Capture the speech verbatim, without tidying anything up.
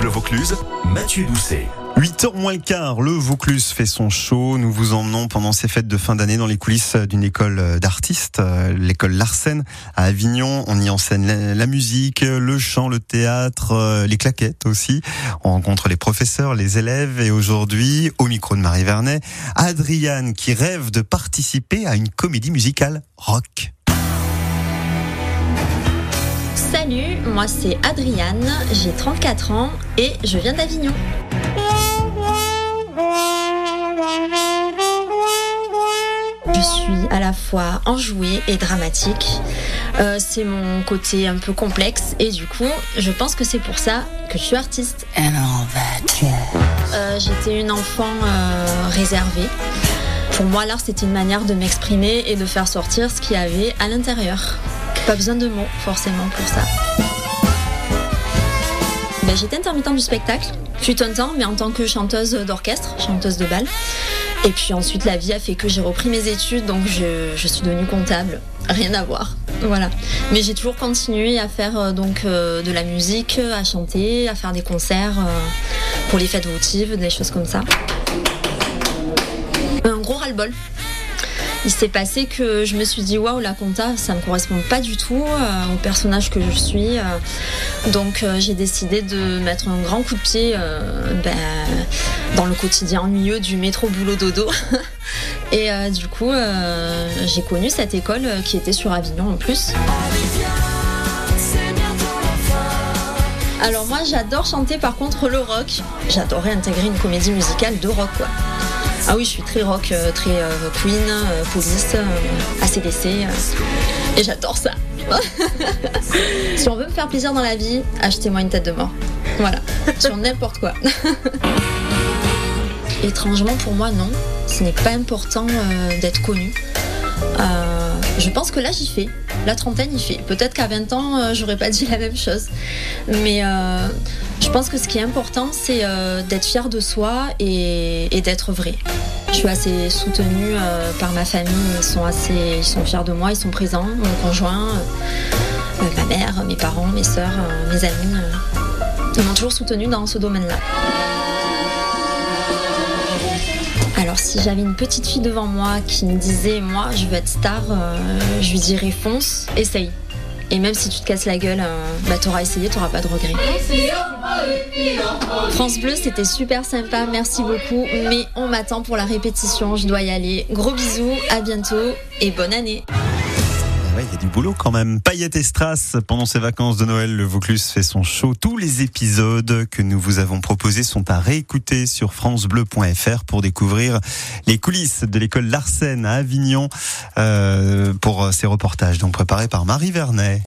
Bleu Vaucluse, Mathieu Doucet. huit heures moins le quart, le Vaucluse fait son show. Nous vous emmenons pendant ces fêtes de fin d'année dans les coulisses d'une école d'artistes, l'école Larsen à Avignon. On y enseigne la musique, le chant, le théâtre, les claquettes aussi. On rencontre les professeurs, les élèves et aujourd'hui, au micro de Marie Vernet, Adriane qui rêve de participer à une comédie musicale rock. Salut, moi c'est Adriane, j'ai trente-quatre ans et je viens d'Avignon. Je suis à la fois enjouée et dramatique. Euh, c'est mon côté un peu complexe et du coup, je pense que c'est pour ça que je suis artiste. Alors va-t-il euh, J'étais une enfant euh, réservée. Pour moi, l'art, c'était une manière de m'exprimer et de faire sortir ce qu'il y avait à l'intérieur. Pas besoin de mots, forcément, pour ça. Ben, j'étais intermittente du spectacle, fut un temps, mais en tant que chanteuse d'orchestre, chanteuse de bal. Et puis ensuite, la vie a fait que j'ai repris mes études, donc je, je suis devenue comptable. Rien à voir, voilà. Mais j'ai toujours continué à faire euh, donc euh, de la musique, à chanter, à faire des concerts euh, pour les fêtes votives, des choses comme ça. Un gros ras-le-bol. Il s'est passé que je me suis dit waouh, la compta ça me correspond pas du tout euh, au personnage que je suis, euh, donc euh, j'ai décidé de mettre un grand coup de pied euh, ben, dans le quotidien ennuyeux du métro boulot dodo et euh, du coup euh, j'ai connu cette école qui était sur Avignon en plus. Alors moi j'adore chanter par contre le rock, j'adorais intégrer une comédie musicale de rock quoi. Ah oui, je suis très rock, euh, très euh, Queen, euh, Police, euh, A C D C, euh, et j'adore ça. Si on veut me faire plaisir dans la vie, achetez-moi une tête de mort. Voilà, sur n'importe quoi. Étrangement pour moi, non. Ce n'est pas important euh, d'être connu. Euh, je pense que là, j'y fais. La trentaine, y fait. Peut-être qu'à vingt ans, euh, j'aurais pas dit la même chose. Mais euh, je pense que ce qui est important, c'est euh, d'être fier de soi et, et d'être vrai. Je suis assez soutenue euh, par ma famille. Ils sont assez, ils sont fiers de moi, ils sont présents. Mon conjoint, euh, ma mère, mes parents, mes sœurs, euh, mes amis. Euh, ils m'ont toujours soutenue dans ce domaine-là. Alors si j'avais une petite fille devant moi qui me disait moi je veux être star, euh, je lui dirais fonce, essaye. Et même si tu te casses la gueule, euh, bah t'auras essayé, t'auras pas de regrets. France Bleu, c'était super sympa, merci beaucoup. Mais on m'attend pour la répétition, je dois y aller. Gros bisous, à bientôt et bonne année. Ouais, il y a du boulot quand même. Paillettes et Strass, pendant ces vacances de Noël, le Vaucluse fait son show. Tous les épisodes que nous vous avons proposés sont à réécouter sur francebleu point fr pour découvrir les coulisses de l'école Larsen à Avignon euh, pour ces reportages donc préparés par Marie Vernet.